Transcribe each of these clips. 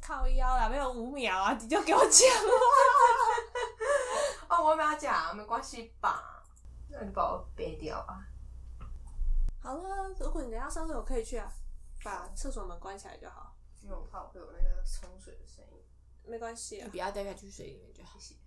靠腰啦，没有5秒啊，你就给我讲哦，我没有讲，没关系吧？那你把我背掉吧。 好了，如果你等一下上厕所可以去啊，把厕所门关起来就好。 因为我怕我会有那个冲水的声音。 没关系啊， 你不要掉下去水里面就好。 谢谢。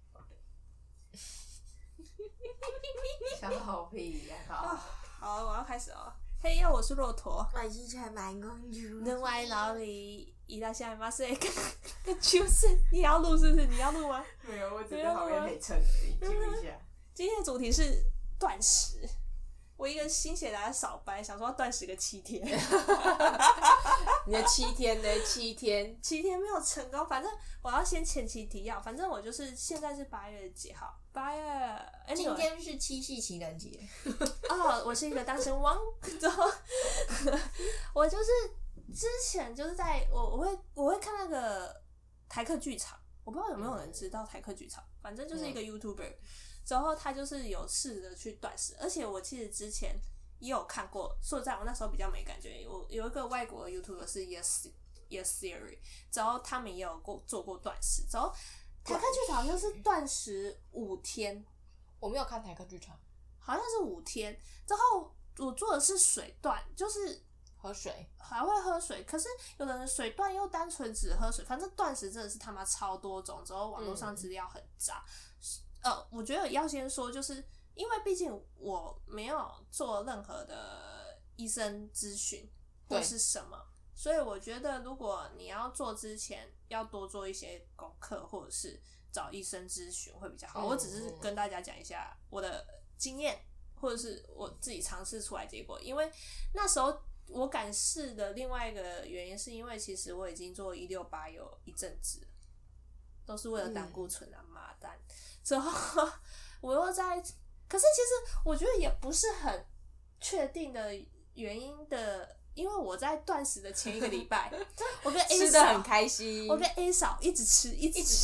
笑屁呀！ 好，我要开始了。嘿呀，我是骆驼。 我是全蛮公主。 人外老李，一大下马赛跟就是你要录是不是？你要录吗？ 没有，我只在旁边陪衬而已，记录一下。 今天的主题是断食。我一个心血来的少班，想说要断食个7天。 你的7天呢？7天 ？7天没有成功，反正我要先前期提要。反正我就是现在是8月几号？8月。 今天是7夕情人节。 哦，我是一个单身汪。之后，我就是之前就是在我会看那个台客剧场，我不知道有没有人知道台客剧场，反正就是一个 YouTuber。之后他就是有试着去断食，而且我其实之前也有看过，说实在我那时候比较没感觉。我有一个外国的 YouTuber 是 Yes Theory， 之后他们也有做过断食。之后台客剧场好像是断食5天， 我没有看台客剧场， 好像是5天。之后我做的是水断，就是喝水， 还会喝水。可是有的人水断又单纯只喝水，反正断食真的是他妈超多种。之后网络上资料很杂。我觉得要先说，就是因为毕竟我没有做任何的医生咨询或是什么，所以我觉得如果你要做之前，要多做一些功课，或者是找医生咨询会比较好。我只是跟大家讲一下我的经验，或者是我自己尝试出来结果。因为那时候我敢试的另外一个原因，是因为其实我已经做168有一阵子了，都是为了胆固醇啊，妈蛋。之后我又在，可是其实我觉得也不是很确定的原因的，因为我在断食的前1个礼拜，我跟 A 嫂吃得很开心， 我跟 A 嫂一直吃，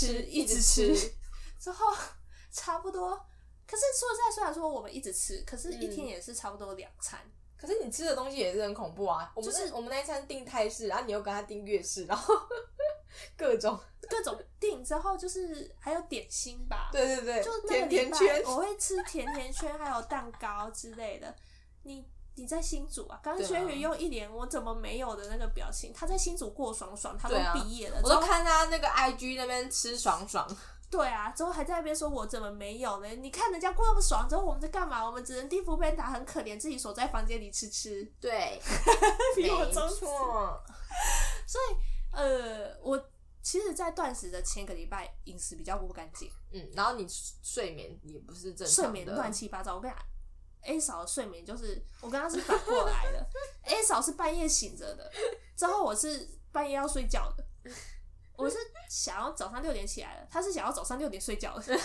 之后差不多。可是说实在，虽然说我们一直吃，可是一天也是差不多2餐。 可是你吃的东西也是很恐怖啊！我们那一餐订泰式，然后你又跟他订粤式，然后各种订之后，就是还有点心吧。 对对对， 就那个甜圈， 我会吃甜圈，还有蛋糕之类的。你在新竹啊？刚刚轩宇用一脸我怎么没有的那个表情，他在新竹过爽爽，他都毕业了， 我都看他那个 IG 那边吃爽爽。 对啊，之后还在那边说我怎么没有呢？你看人家过那么爽，之后我们在干嘛？我们只能订foodpanda，很可怜，自己锁在房间里吃。 对， 比我忠实。 错。 所以我其实，在断食的前1个礼拜，饮食比较不干净。 然后你睡眠也不是正常的， 睡眠乱七八糟。我跟你讲 ，A 嫂的睡眠就是我跟她是反过来的，A 嫂是半夜醒着的，之后我是半夜要睡觉的。我是想要早上6点起来的，他是想要早上6点睡觉的，所以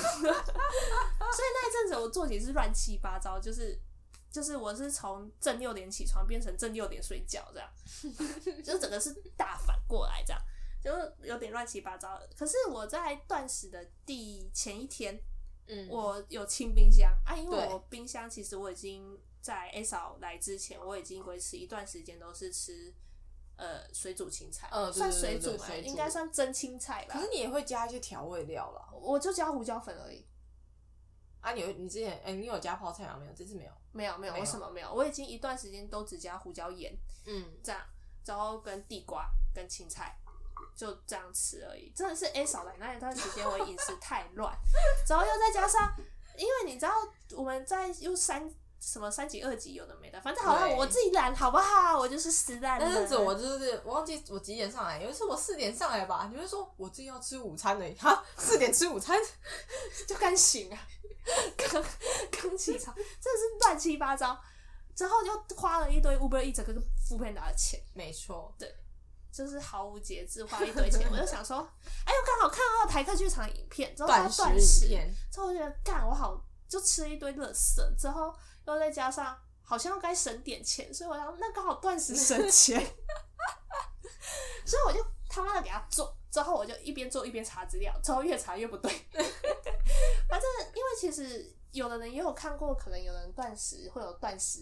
那一阵子我作息是乱七八糟，就是我是从正6点起床变成正6点睡觉这样，就是整个是大反过来这样，就是有点乱七八糟的。可是我在断食的前1天，我有清冰箱啊，因为我冰箱其实我已经在 A 嫂来之前，我已经维持一段时间都是吃。水煮青菜，算水煮嘛，应该算蒸青菜吧。 可是你也会加一些调味料啦。 我就加胡椒粉而已。 啊，你之前你有加泡菜吗？没有，这次没有。 没有，我什么没有，我已经一段时间都只加胡椒盐，这样，然后跟地瓜跟青菜，就这样吃而已。真的是 A 嫂来那一段时间，我饮食太乱，然后又再加上，因为你知道我们在又什么3级2级有的没的，反正好像我自己懒好不好？我就是死懒人。 那阵子我就是我忘记我几点上来，有一次我4点上来吧，你会说我自己要吃午餐了，哈，4点吃午餐就刚醒啊，刚起床，真的是乱七八糟。之后就花了一堆 Uber Eats 跟foodpanda的钱， 没错， 对，就是毫无节制花了一堆钱。我就想说，哎，我刚好看到台客剧场影片，之后他断食，之后我就觉得干我好，就吃了一堆垃圾，之后。又再加上好像该省点钱，所以我想那刚好断食省钱，所以我就他妈的给他做，之后我就一边做一边查资料，之后越查越不对。反正因为其实有的人也有看过，可能有人断食会有断食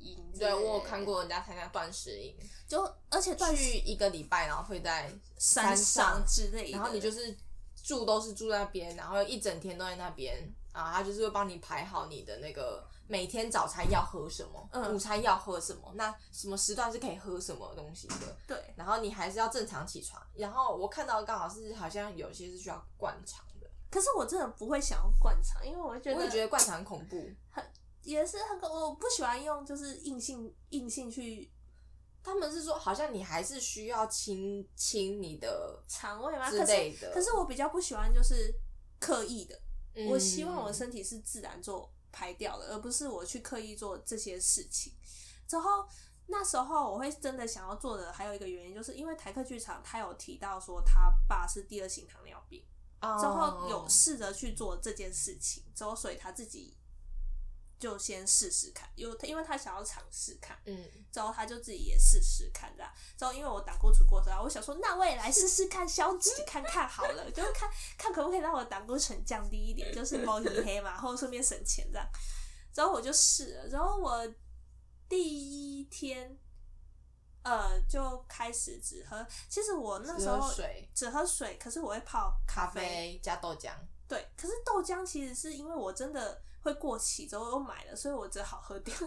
营。 对，我有看过人家参加断食营， 就而且断食去1个礼拜，然后会在山上之类的， 然后你就是都是住那边，然后一整天都在那边啊，他就是会帮你排好你的那个每天早餐要喝什么，午餐要喝什么，那什么时段是可以喝什么东西的。 对， 然后你还是要正常起床。然后我看到刚好是好像有些是需要灌肠的， 可是我真的不会想要灌肠，因为我也觉得灌肠很恐怖， 也是我不喜欢用就是硬性去。 他们是说，好像你还是需要清你的肠胃吗？ 之类的。 可是我比较不喜欢就是刻意的，我希望我的身体是自然做排掉的，而不是我去刻意做这些事情。之后那时候我会真的想要做的还有一个原因，就是因为台客剧场他有提到说他爸是第2型糖尿病，之后有试着去做这件事情，之后所以他自己就先试试看，因为他想要尝试看，之后他就自己也试试看这样。之后因为我胆固醇过高，我想说那我也来试试看消脂看看好了，就是看可不可以让我的胆固醇降低一点，就是摸黑黑嘛，然后顺便省钱这样。之后我就试了，然后我第1天就开始只喝，其实我那时候只喝水，可是我会泡咖啡加豆浆。 对，可是豆浆其实是因为我真的会过期，之后又买了，所以我只好喝掉，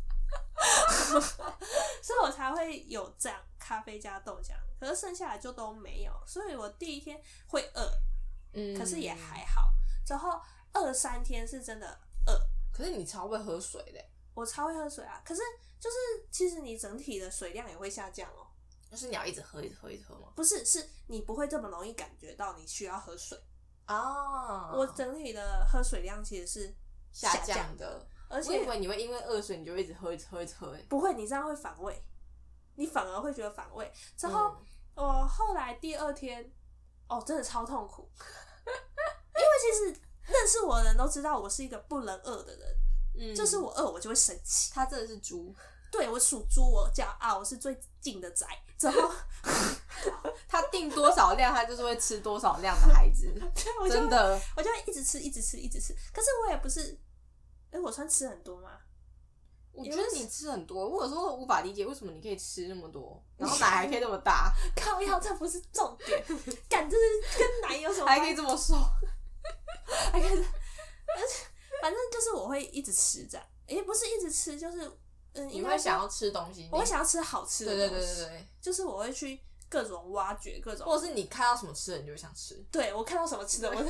所以我才会有这样咖啡加豆浆。可是剩下来就都没有，所以我第1天会饿，可是也还好。之后2、3天是真的饿。 可是你超会喝水的。 我超会喝水啊，可是就是其实你整体的水量也会下降哦。 就是你要一直喝，一直喝，一直喝吗？ 不是，是你不会这么容易感觉到你需要喝水啊。 我整体的喝水量其实是下降的，而且我以为你会因为饿水你就一直喝，一直喝，一直喝。 不会，你这样会反胃，你反而会觉得反胃。之后我后来第2天，真的超痛苦，因为其实认识我的人都知道我是一个不能饿的人。就是我饿我就会生气。 他真的是猪， 对，我属猪，我骄傲，我是最近的宅。之后他定多少量，他就是会吃多少量的孩子。真的， 我就会一直吃，一直吃，一直吃。可是我也不是，我算吃很多吗？ 我觉得你吃很多，我有时候无法理解为什么你可以吃那么多，然后奶还可以那么大。 靠腰，这不是重点，干这是跟奶有什么关系？ 还可以这么瘦， 还可以，而且。反正就是我会一直吃这样，也不是一直吃，就是你会想要吃东西， 我会想要吃好吃的东西， 对， 就是我会去各种挖掘各种， 或者是你看到什么吃的你就会想吃。 对，我看到什么吃的，我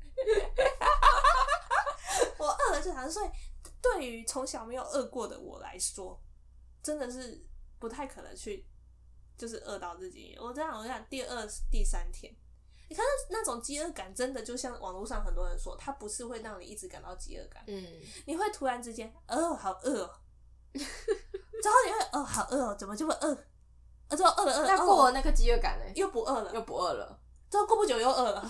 饿了就想吃。所以对于从小没有饿过的我来说，真的是不太可能去就是饿到自己。我想第2、第3天。你看那种饥饿感，真的就像网络上很多人说，它不是会让你一直感到饥饿感，你会突然之间，好饿哦，之后你会，好饿哦，怎么这么饿？之后饿了， 那过了那个饥饿感呢？ 又不饿了，之后过不久又饿了，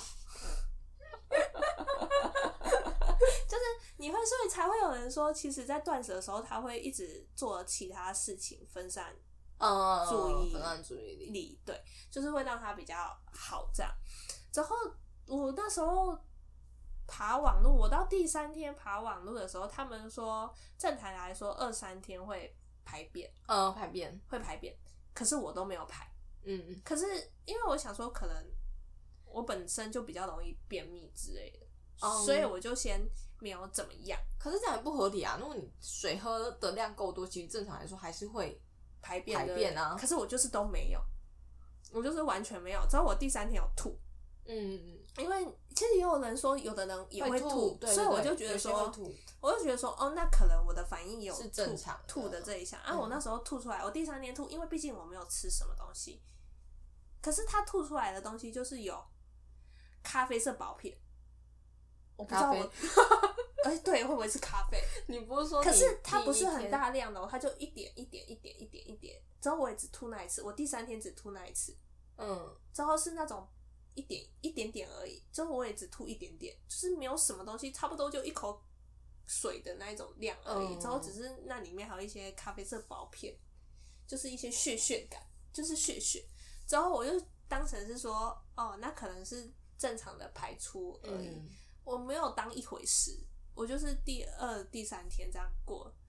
就是你会，所以才会有人说，其实，在断食的时候，他会一直做其他事情，分散注意力，对，就是会让他比较好这样。之后我那时候爬网路，我到第3天爬网路的时候，他们说正常来说2、3天会排便，会排便，可是我都没有排，可是因为我想说，可能我本身就比较容易便秘之类的，所以我就先没有怎么样。 可是这样也不合理啊！如果你水喝的量够多，其实正常来说还是会排便啊。可是我就是都没有，我就是完全没有。之后我第3天有吐，因为其实也有人说，有的人也会吐，所以我就觉得说，那可能我的反应有是正常吐的这一项啊。我那时候吐出来，我第3天吐，因为毕竟我没有吃什么东西，可是他吐出来的东西就是有咖啡色薄片，我不知道我，对，会不会是咖啡？ 你不是说？ 可是它不是很大量的哦，它就一点。之后我也只吐那一次，我第3天只吐那一次。之后是那种一点点而已。之后我也只吐一点点，就是没有什么东西，差不多就一口水的那一种量而已。之后只是那里面还有一些咖啡色薄片，就是一些血感，就是血。之后我就当成是说，那可能是正常的排出而已。我没有当一回事，我就是第2、第3天这样过，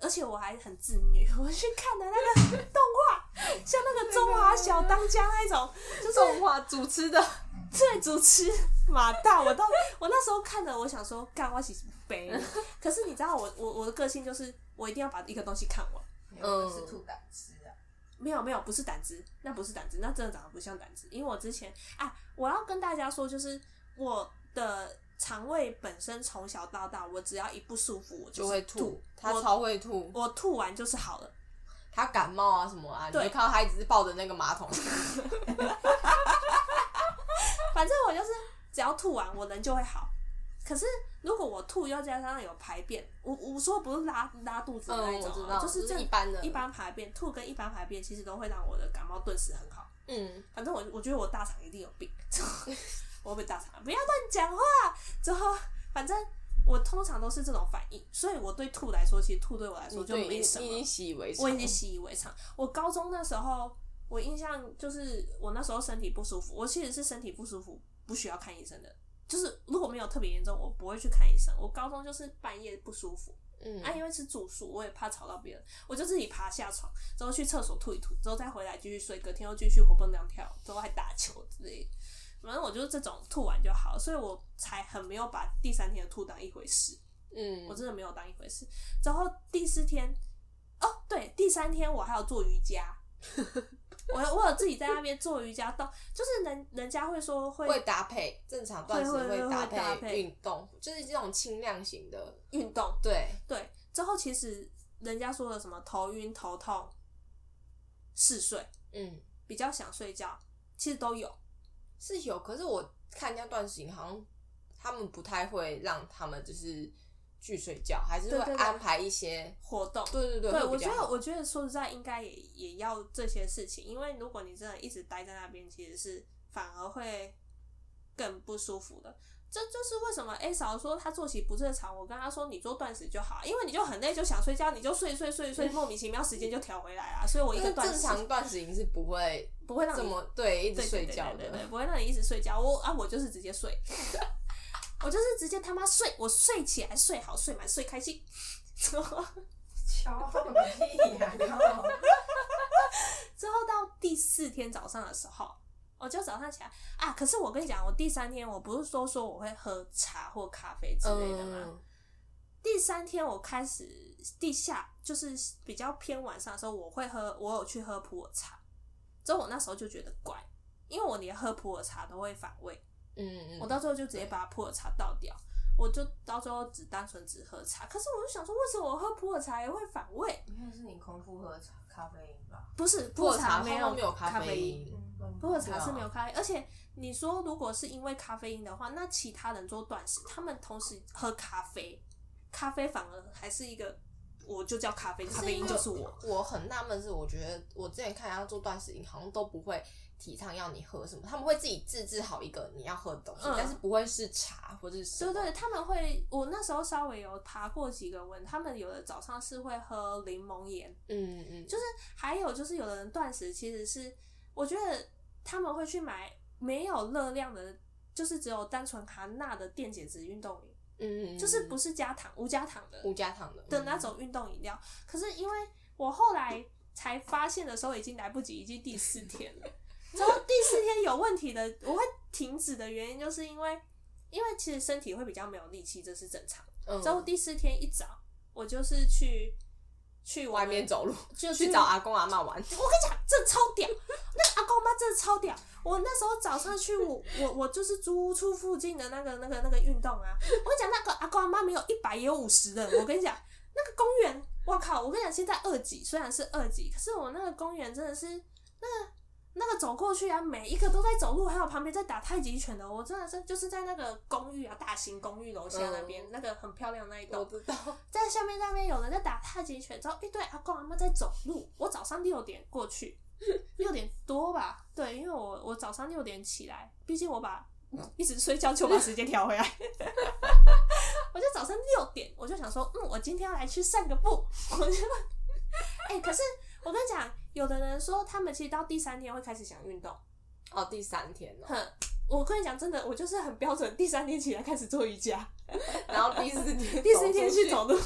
而且我还很自虐，我去看的那个动画，像那个中华小当家那一种，就是动画主持的， 对，主持马大，我那时候看的，我想说，干我是悲，可是你知道我的个性就是我一定要把一个东西看完。 是吐胆汁啊。 没有，不是胆汁，那不是胆汁，那真的长得不像胆汁。因为我之前我要跟大家说，就是我的肠胃本身从小到大，我只要一不舒服，我就会吐。他超会吐， 我吐完就是好了。 他感冒啊什么啊，你就看到他一直是抱着那个马桶。 反正我就是只要吐完，我人就会好。可是如果我吐又加上有排便，我说不是拉肚子的那一种，就是一般的一般排便，吐跟一般排便其实都会让我的感冒顿时很好。反正我觉得我大肠一定有病，我会被大肠，不要乱讲话。之后反正我通常都是这种反应，所以我对吐来说，其实吐对我来说就没什么， 你已经习以为常， 我已经习以为常。我高中那时候，我印象就是我那时候身体不舒服，我其实是身体不舒服不需要看医生的。就是如果没有特别严重，我不会去看医生。我高中就是半夜不舒服，因为是住宿，我也怕吵到别人，我就自己爬下床，之后去厕所吐一吐，之后再回来继续睡，隔天又继续活蹦乱跳，之后还打球之类的。反正我就是这种吐完就好，所以我才很没有把第3天的吐当一回事。我真的没有当一回事。之后第4天，对，第3天我还有做瑜伽。我有自己在那边做瑜伽动，就是人家会说会搭配正常断食会搭配运动，就是这种轻量型的运动。 对， 之后其实人家说的什么头晕头痛嗜睡，比较想睡觉，其实都有是有。可是我看人家断食营好像他们不太会让他们就是去睡觉，还是会安排一些活动。 对， 我觉得说实在应该也要这些事情，因为如果你真的一直待在那边，其实是反而会更不舒服的。这就是为什么嫂说她作息不正常，我跟她说你做断食就好，因为你就很累就想睡觉，你就睡，莫名其妙时间就调回来啦。所以我一个断食， 正常断食营是不会让你这么一直睡觉的， 对，不会让你一直睡觉。我就是直接睡。我就是直接他妈睡，我睡起来睡好睡满睡开心。 敲个屁呀！ 之后到第4天早上的时候，我就早上起来可是我跟你讲，我第3天我不是都说我会喝茶或咖啡之类的吗？第3天我开始就是比较偏晚上的时候，我有去喝普洱茶。之后我那时候就觉得怪，因为我连喝普洱茶都会反胃。我到最后就直接把普洱茶倒掉，我就到最后单纯只喝茶。可是我就想说，为什么我喝普洱茶也会反胃？ 应该是你空腹喝咖啡因吧？ 不是，普洱茶没有咖啡因， 普洱茶是没有咖啡因。而且你说如果是因为咖啡因的话，那其他人做断食，他们同时喝咖啡反而还是一个，我就叫咖啡因就是我。 我很纳闷是，我觉得我之前看人家做断食营，好像都不会提倡要你喝什么，他们会自己自制好一个你要喝的东西，但是不会是茶或者是什么。 对，他们会，我那时候稍微有爬过几个文，他们有的早上是会喝柠檬盐，就是还有就是有的人断食其实是，我觉得他们会去买没有热量的，就是只有单纯含钠的电解质运动饮，就是不是无加糖的那种运动饮料。可是因为我后来才发现的时候已经来不及，已经第4天了。然后第4天有问题的，我会停止的原因就是因为其实身体会比较没有力气，这是正常。之后第4天一早，我就是去外面走路， 就去找阿公阿嬷玩。我跟你讲，这超屌，那个阿公阿嬷真的超屌。我那时候早上去我就是租屋处附近的那个运动啊。我跟你讲，那个阿公阿嬷没有100也有50人。我跟你讲，那个公园，我靠！我跟你讲，现在2级，虽然是2级，可是我那个公园真的是那个走过去啊，每一个都在走路，还有旁边在打太极拳的。我真的是就是在那个公寓啊，大型公寓楼下那边，那个很漂亮那一栋， 我知道， 在下面那边有人在打太极拳，之后一堆阿公阿嬷在走路。我早上6点过去，6点多吧，对，因为我早上6点起来，毕竟我一直睡觉就把时间调回来。我就早上6点，我就想说，我今天要来去散个步，我就可是我跟你讲，有的人说他们其实到第3天会开始想运动。 第3天我跟你讲，真的，我就是很标准，第3天起来开始做瑜伽， 然后第4天去走路。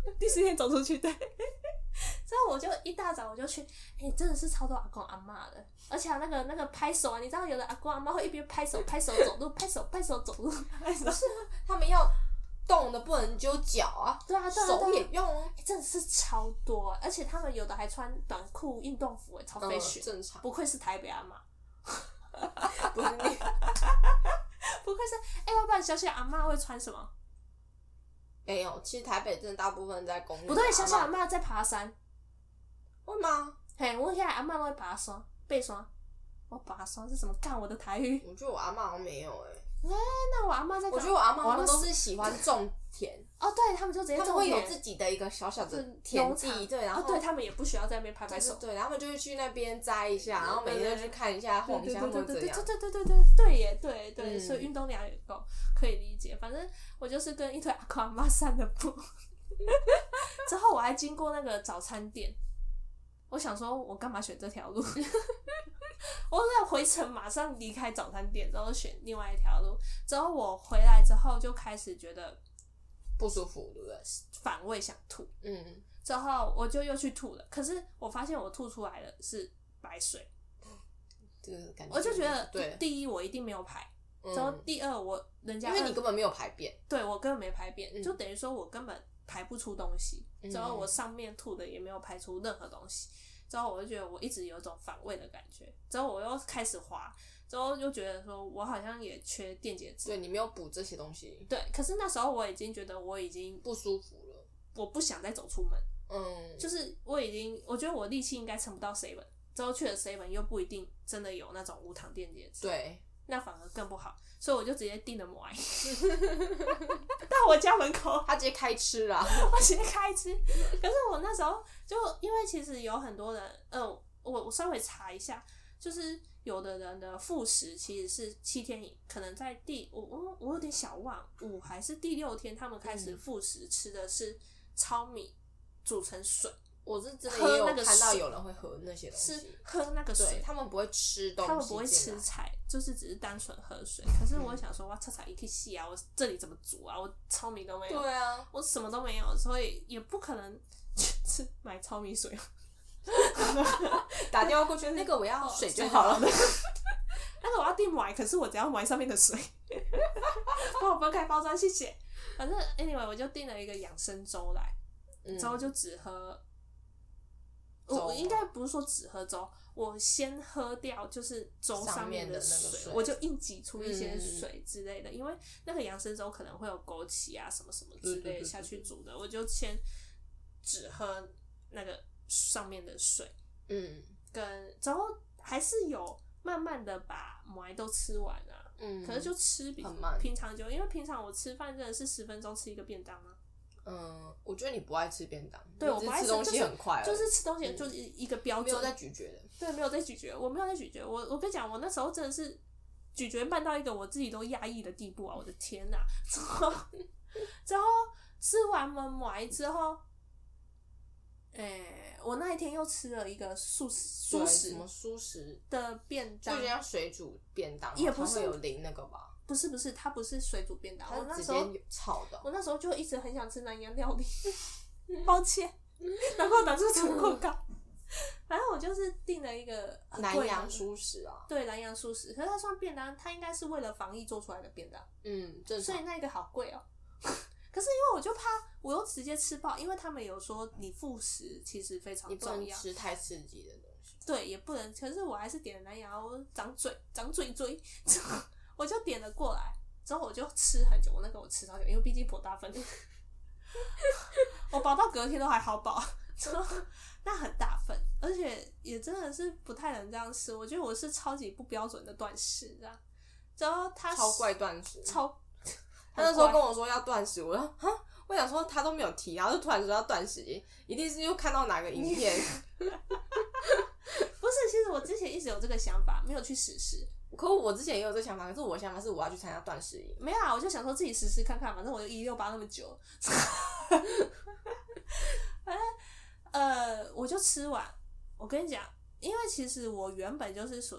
第4天走出去，对。之后我就一大早我就去，真的是超多阿公阿嬷的，而且那个拍手啊，你知道有的阿公阿嬷会一边拍手走路，拍手走路， 不是啊，他们要动的不能揪脚啊， 对啊， 手也用啊， 真的是超多，而且他们有的还穿短裤运动服，超fashion， 正常， 不愧是台北阿嬷， 不是你， 不愧是，要不然小小阿嬷会穿什么？ 没有，其实台北真的大部分在公园， 不对，小小阿嬷在爬山。 会吗？ 嘿，我现在阿嬷都会爬山、背山。我爬山是什么？干我的台语。 我觉得我阿嬷好像没有那我阿嬷在。 我觉得我阿嬷他们都是喜欢种田。 哦，对，他们就直接种田。 他们会有自己的一个小小的田地，对，然后对他们也不需要在那边拍手， 对，他们就会去那边摘一下，然后每天就去看一下、晃一下或者怎样。 对耶，对，所以运动量也够，可以理解。反正我就是跟一堆阿公阿嬷散的步，之后我还经过那个早餐店。我想说，我干嘛选这条路？我要回程，马上离开早餐店，然后选另外一条路。之后我回来之后就开始觉得不舒服，对不对？ 反胃想吐。之后我就又去吐了，可是我发现我吐出来的是白水。 这个感觉， 我就觉得第一我一定没有排，之后第二人家因为你根本没有排便， 对我根本没排便，就等于说我根本排不出东西，之后我上面吐的也没有排出任何东西，之后我就觉得我一直有一种反胃的感觉，之后我又开始滑，之后又觉得说我好像也缺电解质， 对你没有补这些东西， 对，可是那时候我已经觉得我已经不舒服了， 我不想再走出门，就是我觉得我力气应该撑不到 7， 之后去了 7又不一定真的有那种无糖电解质， 对， 那反而更不好，所以我就直接订了馍到我家门口， 他直接开吃啦， 我直接开吃。可是我那时候就因为其实有很多人，我稍微查一下，就是有的人的复食其实是7天，可能在我有点小忘5还是第6天，他们开始复食吃的是糙米煮成水。 我是真的也有看到有人会喝那些东西， 是喝那个水， 对，他们不会吃东西， 他们不会吃菜，就是只是单纯喝水。可是我想说，哇，菜一起洗啊，我这里怎么煮啊？我糙米都没有， 对啊， 我什么都没有，所以也不可能去买糙米水。 打电话过去，那个我要水就好了。 那个我要订买，可是我只要买上面的水，帮我分开包装，谢谢。反正 anyway， 我就订了一个养生粥来，之后就只喝。我应该不是说只喝粥，我先喝掉就是粥上面的水，我就硬挤出一些水之类的，因为那个养生粥可能会有枸杞啊什么什么之类的下去煮的，我就先只喝那个上面的水，之后还是有慢慢的把馍都吃完啊，可是就吃比平常久，因为平常我吃饭真的是10分钟吃一个便当啊。 我觉得你不爱吃便当， 对，我不爱吃东西很快， 就是吃东西就是一个标准， 没有在咀嚼的， 对，没有在咀嚼，我没有在咀嚼，我跟你讲，我那时候真的是咀嚼慢到一个我自己都压抑的地步啊！我的天哪！之后吃完馍之后，我那一天又吃了一个素食， 什么素食的便当， 就像水煮便当， 也不是会有淋那个吧？ 不是，它不是水煮便当，我那时候炒的， 我那时候就一直很想吃南洋料理，抱歉，然后打出成果稿。反正我就是订了一个南洋蔬食啊， 对，南洋蔬食，可是它算便当，它应该是为了防疫做出来的便当，所以那个好贵哦。可是因为我就怕我又直接吃爆，因为他们有说你复食其实非常重要， 你不能吃太刺激的东西， 对，也不能。可是我还是点了南洋，我长嘴我就点了过来，之后我就吃很久，我吃超久，因为毕竟颇大份，我饱到隔天都还好饱，那很大份，而且也真的是不太能这样吃。我觉得我是超级不标准的断食，这样。然后他超怪断食， 他那时候跟我说要断食，我说哈，我想说他都没有提，然后就突然说要断食，一定是又看到哪个影片。 不是，其实我之前一直有这个想法，没有去实施。 可我之前也有这个想法，可是我的想法是我要去参加断食营。 没有啊，我就想说自己实施看看，反正我就168那么久。反正我就吃完。我跟你讲，因为其实我原本就是属于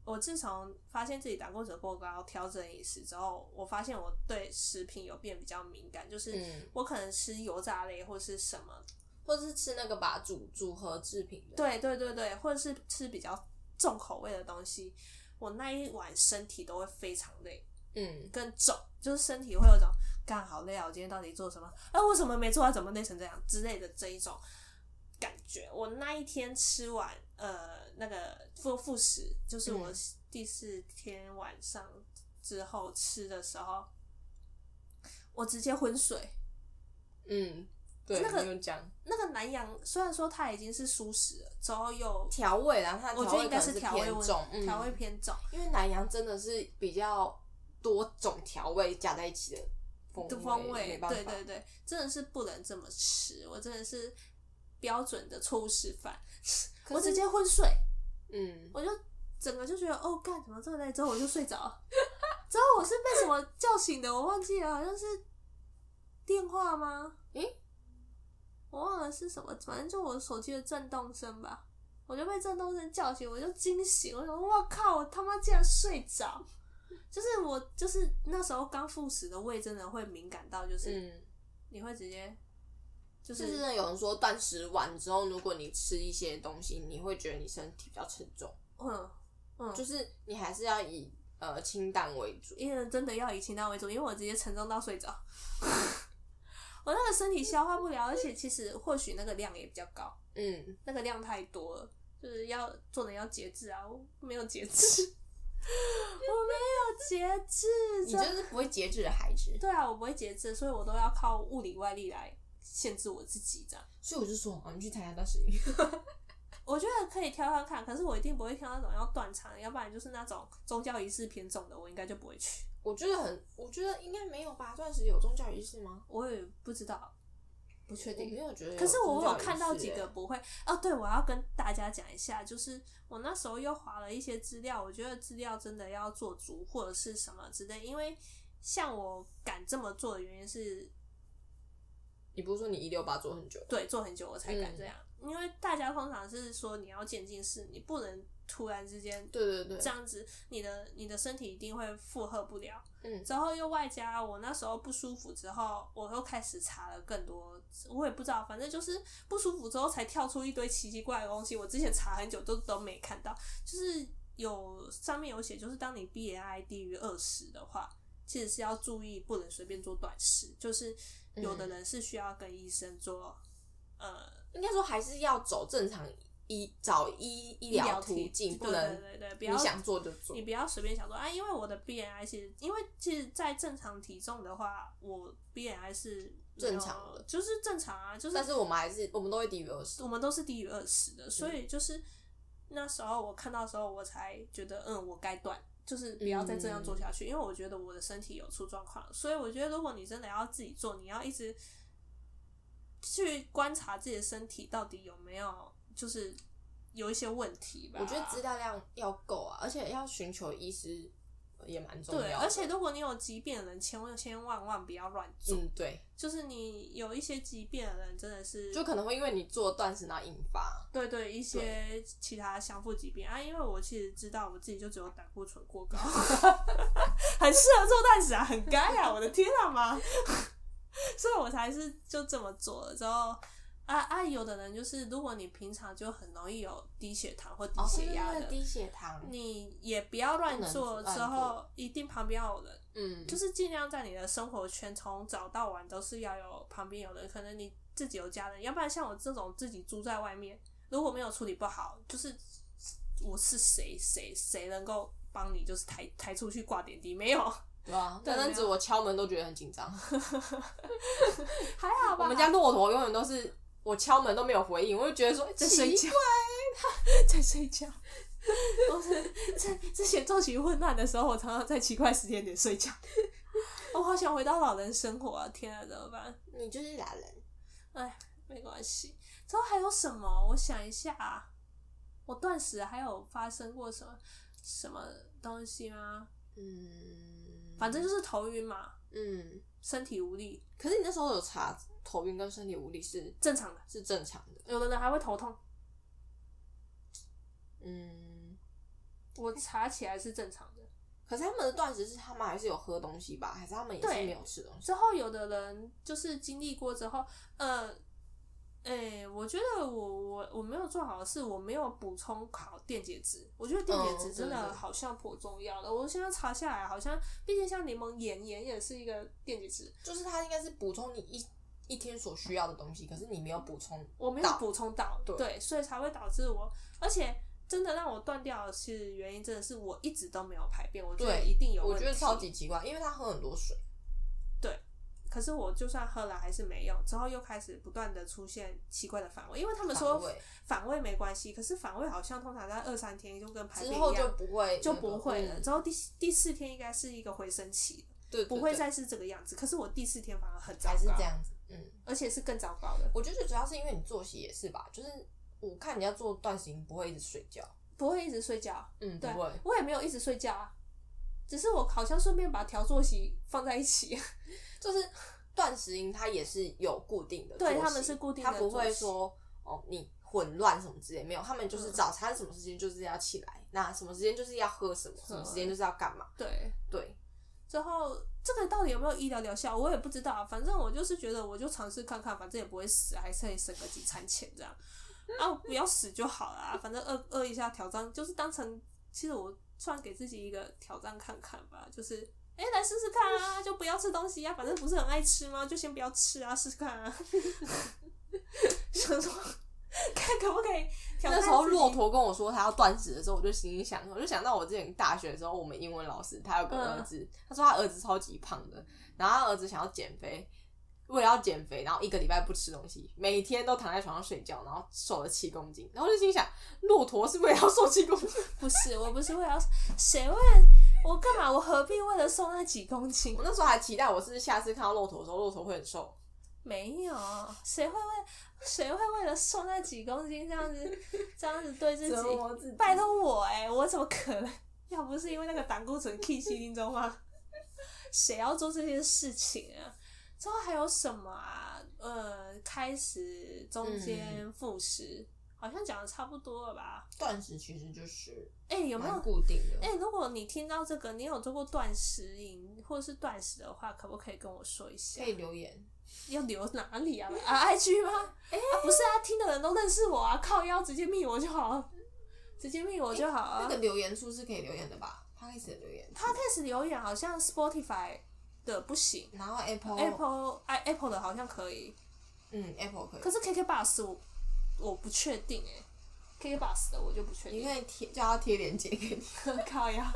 我自从发现自己胆固醇过高，调整饮食之后，我发现我对食品有变比较敏感，就是我可能吃油炸类或是什么， 或者是吃那个吧组合制品的， 对对对对，或者是吃比较重口味的东西，我那一晚身体都会非常累，跟重，就是身体会有种干好累啊，我今天到底做什么？为什么没做啊？怎么累成这样之类的这一种感觉。我那一天吃完那个副食，就是我第4天晚上之后吃的时候，我直接昏睡。 对， 那个你有讲那个南洋虽然说它已经是蔬食了，之后又调味啦，它我觉得应该是调味偏重， 调味偏重， 因为南洋真的是比较多种调味加在一起的风味，没办法， 对对对，真的是不能这么吃，我真的是标准的错误示范，我直接昏睡，我就整个就觉得干怎么这么累，之后我就睡着了，之后我是被什么叫醒的，我忘记了，好像是电话吗？我忘了是什么，反正就我手机的震动声吧，我就被震动声叫醒，我就惊醒，我想哇靠，我他妈竟然睡着！就是我就是那时候刚复食的胃真的会敏感到，就是你会直接就是真的有人说断食完之后，如果你吃一些东西，你会觉得你身体比较沉重，就是你还是要以清淡为主， 因为真的要以清淡为主，因为我直接沉重到睡着。我那个身体消化不了，而且其实或许那个量也比较高，那个量太多了，就是要做人要节制啊，我没有节制，我没有节制， 你就是不会节制的孩子。 对啊，我不会节制，所以我都要靠物理外力来限制我自己，这样。 所以我就说，你去参加断食营。 我觉得可以挑挑看，可是我一定不会挑那种要断肠，要不然就是那种宗教仪式偏重的，我应该就不会去。 我觉得应该没有吧？断食有宗教仪式吗？ 我也不知道，不确定。 我没有觉得有宗教仪式。 可是我有看到几个不会对，我要跟大家讲一下，就是我那时候又划了一些资料，我觉得资料真的要做足或者是什么之类，因为像我敢这么做的原因是， 你不是说你168做很久？ 对，做很久我才敢这样，因为大家通常是说你要渐进式，你不能突然之间， 对， 这样子你的身体一定会负荷不了。之后又外加我那时候不舒服之后，我又开始查了更多，我也不知道，反正就是不舒服之后才跳出一堆奇奇怪的东西，我之前查很久都没看到，就是上面有写，就是当你 BMI 低于20的话，其实是要注意不能随便做断食，就是有的人是需要跟医生做， 应该说还是要走正常找医疗途径，不能不要你想做就做， 你不要随便想说因为我的 BMI 因为其实在正常体重的话，我 BMI 是正常的， 就是正常啊，就是但是我们都会低于20， 我们都是低于20的，所以就是那时候我看到的时候，我才觉得我该断。就是不要再这样做下去，因为我觉得我的身体有出状况，所以我觉得如果你真的要自己做，你要一直去观察自己的身体到底有没有就是有一些问题吧。 我觉得资料量要够啊，而且要寻求医师也蛮重要的。 对，而且如果你有疾病的人，千万不要乱做。 对， 就是你有一些疾病的人，真的是就可能会因为你做断食然后引发。 对一些其他相互疾病因为我其实知道我自己就只有胆固醇过高，很适合做断食啊，很该啊，我的天啊妈！所以我才是就这么做了之后。有的人就是如果你平常就很容易有低血糖或低血压的， 低血糖， 你也不要乱做，之后一定旁边要有人，就是尽量在你的生活圈从早到晚都是要有旁边有人，可能你自己有家人，要不然像我这种自己住在外面，如果没有处理不好，就是我是谁能够帮你，就是抬出去挂点滴没有。 对啊，那阵子我敲门都觉得很紧张，还好吧。 我们家骆驼永远都是。我敲门都没有回应，我就觉得说在睡觉，在睡觉。我是之前作息混乱的时候，我常常在奇怪时间点睡觉。我好想回到老人生活啊！天啊，怎么办？ 你就是老人。 没关系。之后还有什么？我想一下我断食还有发生过什么东西吗？反正就是头晕嘛。身体无力。 可是你那时候有查头晕跟身体无力是正常的， 是正常的。 有的人还会头痛。 我查起来是正常的。 可是他们的断食是他们还是有喝东西吧？还是他们也是没有吃东西？ 之后有的人就是经历过之后，我觉得我没有做好的是，我没有补充好电解质。我觉得电解质真的好像颇重要的。我现在查下来，好像毕竟像柠檬盐也是一个电解质， 就是它应该是补充你一天所需要的东西，可是你没有补充， 我没有补充到， 对， 所以才会导致我，而且真的让我断掉的是原因，真的是我一直都没有排便，我觉得一定有问题。 我觉得超级奇怪，因为他喝很多水。 对。可是我就算喝了还是没用，之后又开始不断的出现奇怪的反胃，因为他们说反胃没关系，可是反胃好像通常在2-3天就跟排便一样， 之后就不会了。之后第4天应该是一个回升期， 对， 不会再是这个样子。可是我第4天反而很糟糕， 还是这样子， 而且是更糟糕的。 我觉得主要是因为你作息也是吧，就是我看人家做断食不会一直睡觉， 不会一直睡觉， 对， 不会，我也没有一直睡觉啊，只是我好像顺便把调作息放在一起， 就是。断食营它也是有固定的作息， 对，他们是固定的作息， 他不会说你混乱什么之类，没有，他们就是早餐什么时间就是要起来，那什么时间就是要喝什么，什么时间就是要干嘛。对。 之后这个到底有没有医疗疗效，我也不知道，反正我就是觉得我就尝试看看，反正也不会死，还是可以省个几餐钱这样。啊，不要死就好啦，反正饿一下挑战，就是当成其实我算给自己一个挑战看看吧，就是。来试试看啊，就不要吃东西啊，反正不是很爱吃吗？就先不要吃啊，试试看啊。想说看可不可以挑战自己。 那时候骆驼跟我说他要断食的时候，我就心里想，我就想到我之前大学的时候，我们英文老师他有个儿子，他说他儿子超级胖的，然后他儿子想要减肥，为了要减肥，然后1个礼拜不吃东西，每天都躺在床上睡觉，然后瘦了7公斤，然后就心想，骆驼是为了要瘦7公斤？ 不是，我不是为了，谁会？我干嘛？我何必为了瘦那几公斤？ 我那时候还期待我是下次看到骆驼的时候，骆驼会很瘦。 没有，谁会为了瘦那几公斤这样子对自己？拜托我我怎么可能？要不是因为那个胆固醇 K 西林中吗？谁要做这些事情啊？之后还有什么啊？开始中间复食。好像讲的差不多了吧？ 断食其实就是有没有固定的？ 如果你听到这个，你有做过断食营或者是断食的话，可不可以跟我说一下？ 可以留言。 要留哪里啊？IG 吗？不是啊，听的人都认识我啊，靠腰直接密我就好了，直接密我就好了。 那个留言处是可以留言的吧 ？Podcast 的留言 ，Podcast 留言好像 Spotify 的不行， 然后 Apple 的好像可以。 Apple 可以。 可是 KKBOX 我不确定KKBOX 的我就不确定。 你可以叫他贴链接给你。 靠呀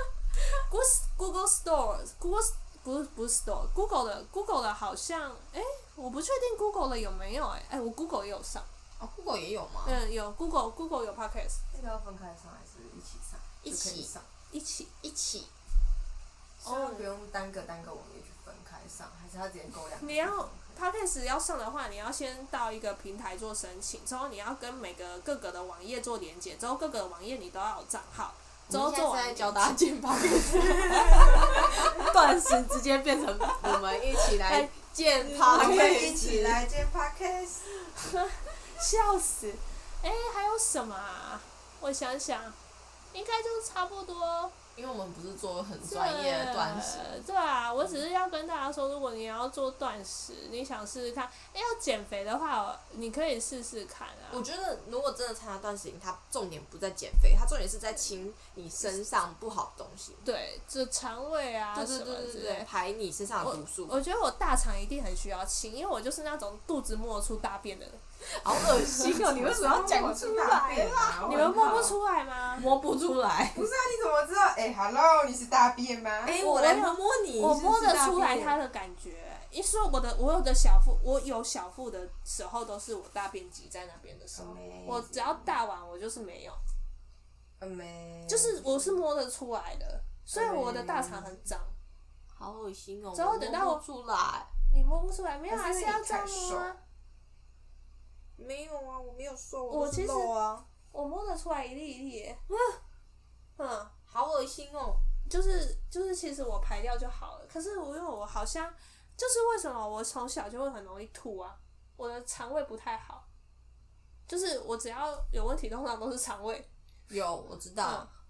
Google Store 不是 Store，Google 的好像我不确定 Google 的有没有我 Google 也有上。 Google 也有吗？ 有 Google 有 Podcast。 这个要分开上还是一起上？ 一起。 所以不用单个网页去分开上，还是它直接勾2个？ 你要 Podcast 要上的话，你要先到一个平台做申请，之后你要跟各个的网页做连结，之后各个网页你都要有账号，之后做完。 现在教大家建 Podcast， 断食直接变成我们一起来建 Podcast， 一起来建 Podcast， 笑死！还有什么啊？我想想，应该就差不多。 因为我们不是做很专业的断食。 对啊，我只是要跟大家说，如果你要做断食，你想试试看，要减肥的话，你可以试试看啊。 我觉得如果真的参加断食营，它重点不在减肥，它重点是在清你身上不好的东西。 对，就肠胃啊什么之类的， 排你身上的毒素。 我觉得我大肠一定很需要清，因为我就是那种肚子摸出大便的人。 好恶心哦！你为什么要讲出来啊？ 你们摸不出来吗？ 摸不出来。 不是啊，你怎么知道？Hello， 你是大便吗？ 我来摸摸你。 我摸得出来它的感觉。一说我有小腹的时候，都是我大便挤在那边的时候。我只要大完，我就是没有。就是我是摸得出来的，所以我的大肠很脏。 好恶心哦！ 之后等到我出来， 你摸不出来，没有，还是要这样摸啊。 没有啊，我没有瘦，我是肉啊。 我摸得出来一粒一粒耶。 好恶心哦！ 就是其实我排掉就好了，可是因为我好像就是为什么我从小就会很容易吐啊？我的肠胃不太好，就是我只要有问题，通常都是肠胃。 有，我知道，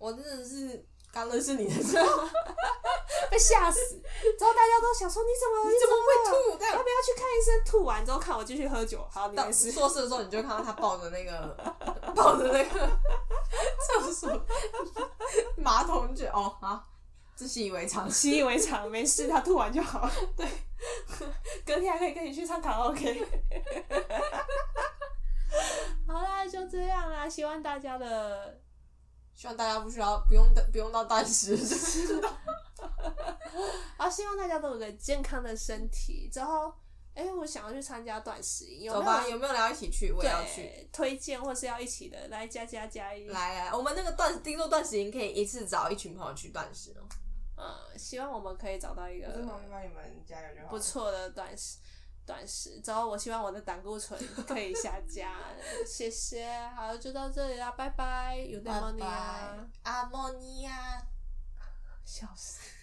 我真的是刚认识你的时候被吓死，之后大家都想说你怎么会吐？ 要不要去看医生？吐完之后看我继续喝酒，好，你没事。 硕士的时候，你就会看到他抱着那个厕所马桶卷哦，好，这习以为常， 习以为常，没事，他吐完就好。对，隔天还可以跟你去唱卡拉 OK。好啦，就这样啦，希望大家不用到断食， 好，希望大家都有个健康的身体。之后，我想要去参加断食营， 走吧，有没有人要一起去？我也要去。 推荐或是要一起的，来加一。 来，我们那个听说断食营可以一次找一群朋友去断食哦。 希望我们可以找到一个帮你们加油就好。 不错的断食，之后我希望我的胆固醇可以下降，谢谢，好，就到这里啦，拜拜，有点莫尼亚， 阿莫尼亚， 笑死。